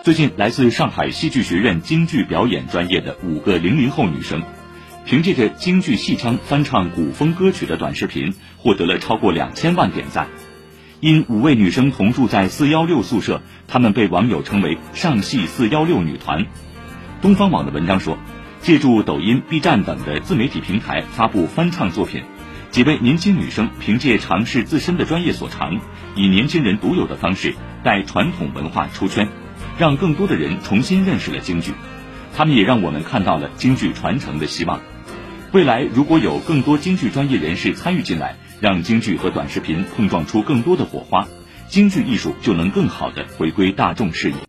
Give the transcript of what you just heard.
最近，来自上海戏剧学院京剧表演专业的5个00后女生，凭借着京剧戏腔翻唱古风歌曲的短视频，获得了超过2000万点赞。因5位女生同住在416宿舍，她们被网友称为上戏416女团。东方网的文章说，借助抖音、B 站等的自媒体平台发布翻唱作品，几位年轻女生凭借尝试自身的专业所长，以年轻人独有的方式带传统文化出圈，让更多的人重新认识了京剧。她们也让我们看到了京剧传承的希望。未来如果有更多京剧专业人士参与进来，让京剧和短视频碰撞出更多的火花，京剧艺术就能更好地回归大众视野。